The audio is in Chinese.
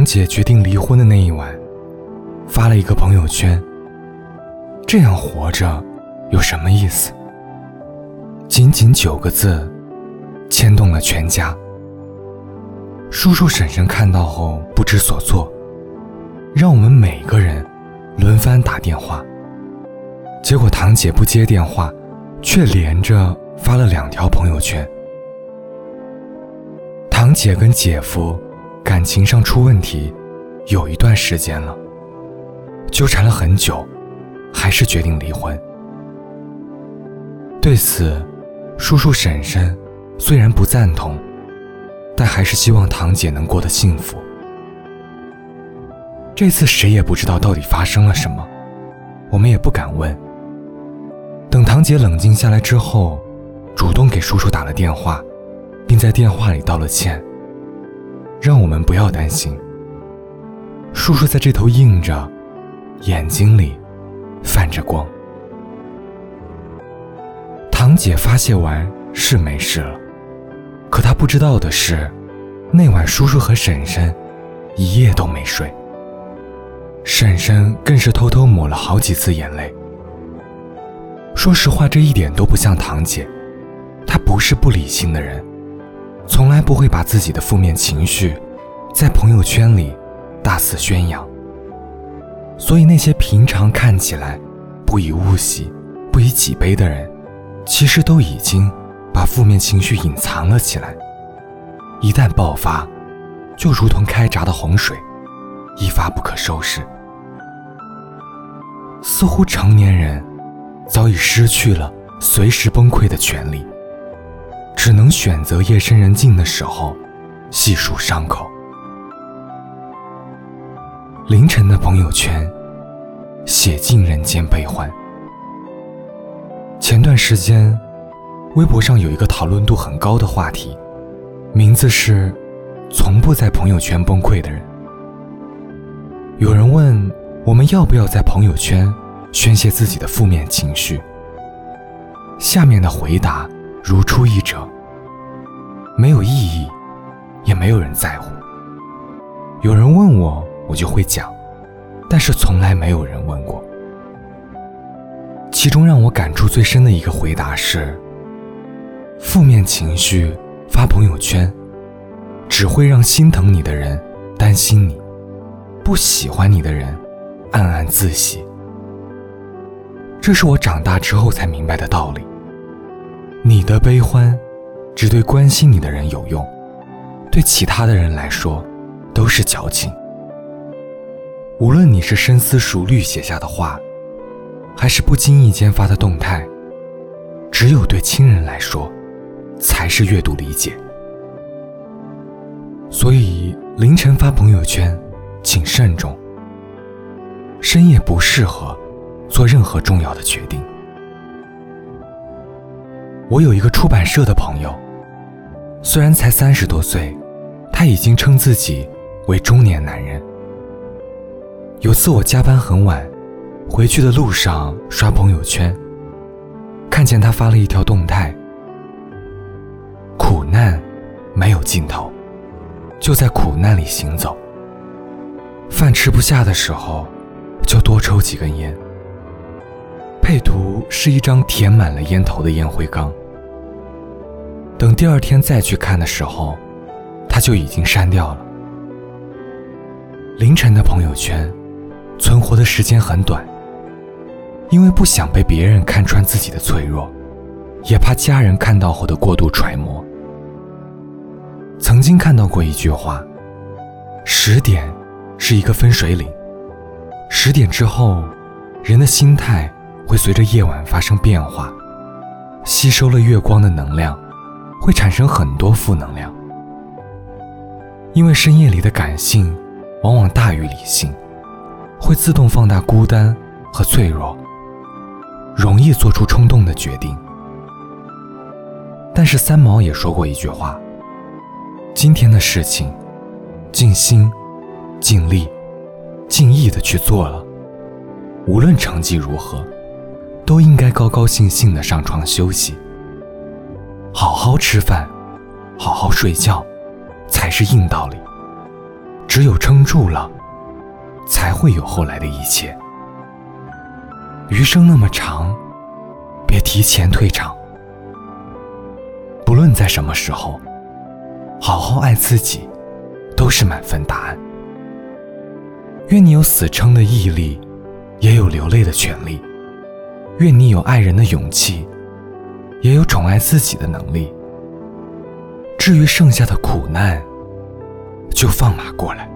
姐决定离婚的那一晚，发了一个朋友圈，这样活着有什么意思？仅仅9个字，牵动了全家。叔叔婶婶看到后不知所措，让我们每个人轮番打电话。结果堂姐不接电话，却连着发了2条朋友圈。堂姐跟姐夫感情上出问题有一段时间了，纠缠了很久，还是决定离婚。对此，叔叔婶婶虽然不赞同，但还是希望堂姐能过得幸福。这次谁也不知道到底发生了什么，我们也不敢问。等堂姐冷静下来之后，主动给叔叔打了电话，并在电话里道了歉，让我们不要担心。叔叔在这头应着，眼睛里泛着光。堂姐发泄完是没事了，可她不知道的是，那晚叔叔和婶婶一夜都没睡，婶婶更是偷偷抹了好几次眼泪。说实话，这一点都不像堂姐，她不是不理性的人，从来不会把自己的负面情绪在朋友圈里大肆宣扬。所以那些平常看起来不以物喜、不以己悲的人，其实都已经把负面情绪隐藏了起来，一旦爆发，就如同开闸的洪水，一发不可收拾。似乎成年人早已失去了随时崩溃的权利，只能选择夜深人静的时候细数伤口。凌晨的朋友圈写尽人间悲欢。前段时间微博上有一个讨论度很高的话题，名字是从不在朋友圈崩溃的人。有人问我们要不要在朋友圈宣泄自己的负面情绪，下面的回答如出一辙，没有意义，也没有人在乎。有人问我，我就会讲，但是从来没有人问过。其中让我感触最深的一个回答是，负面情绪发朋友圈，只会让心疼你的人担心你，不喜欢你的人暗暗自喜。这是我长大之后才明白的道理。你的悲欢只对关心你的人有用，对其他的人来说都是矫情。无论你是深思熟虑写下的话，还是不经意间发的动态，只有对亲人来说才是阅读理解。所以凌晨发朋友圈请慎重，深夜不适合做任何重要的决定。我有一个出版社的朋友，虽然才30多岁，他已经称自己为中年男人。有次我加班很晚，回去的路上刷朋友圈，看见他发了一条动态：苦难没有尽头，就在苦难里行走。饭吃不下的时候，就多抽几根烟。配图是一张填满了烟头的烟灰缸。等第二天再去看的时候，他就已经删掉了。凌晨的朋友圈存活的时间很短，因为不想被别人看穿自己的脆弱，也怕家人看到后的过度揣摩。曾经看到过一句话，10点是一个分水岭，10点之后，人的心态会随着夜晚发生变化，吸收了月光的能量，会产生很多负能量。因为深夜里的感性往往大于理性，会自动放大孤单和脆弱，容易做出冲动的决定。但是三毛也说过一句话，今天的事情尽心尽力尽意地去做了，无论成绩如何，都应该高高兴兴地上床休息。好好吃饭，好好睡觉，才是硬道理。 只有撑住了，才会有后来的一切。余生那么长，别提前退场。不论在什么时候，好好爱自己，都是满分答案。愿你有死撑的毅力，也有流泪的权利。愿你有爱人的勇气，也有宠爱自己的能力。至于剩下的苦难，就放马过来。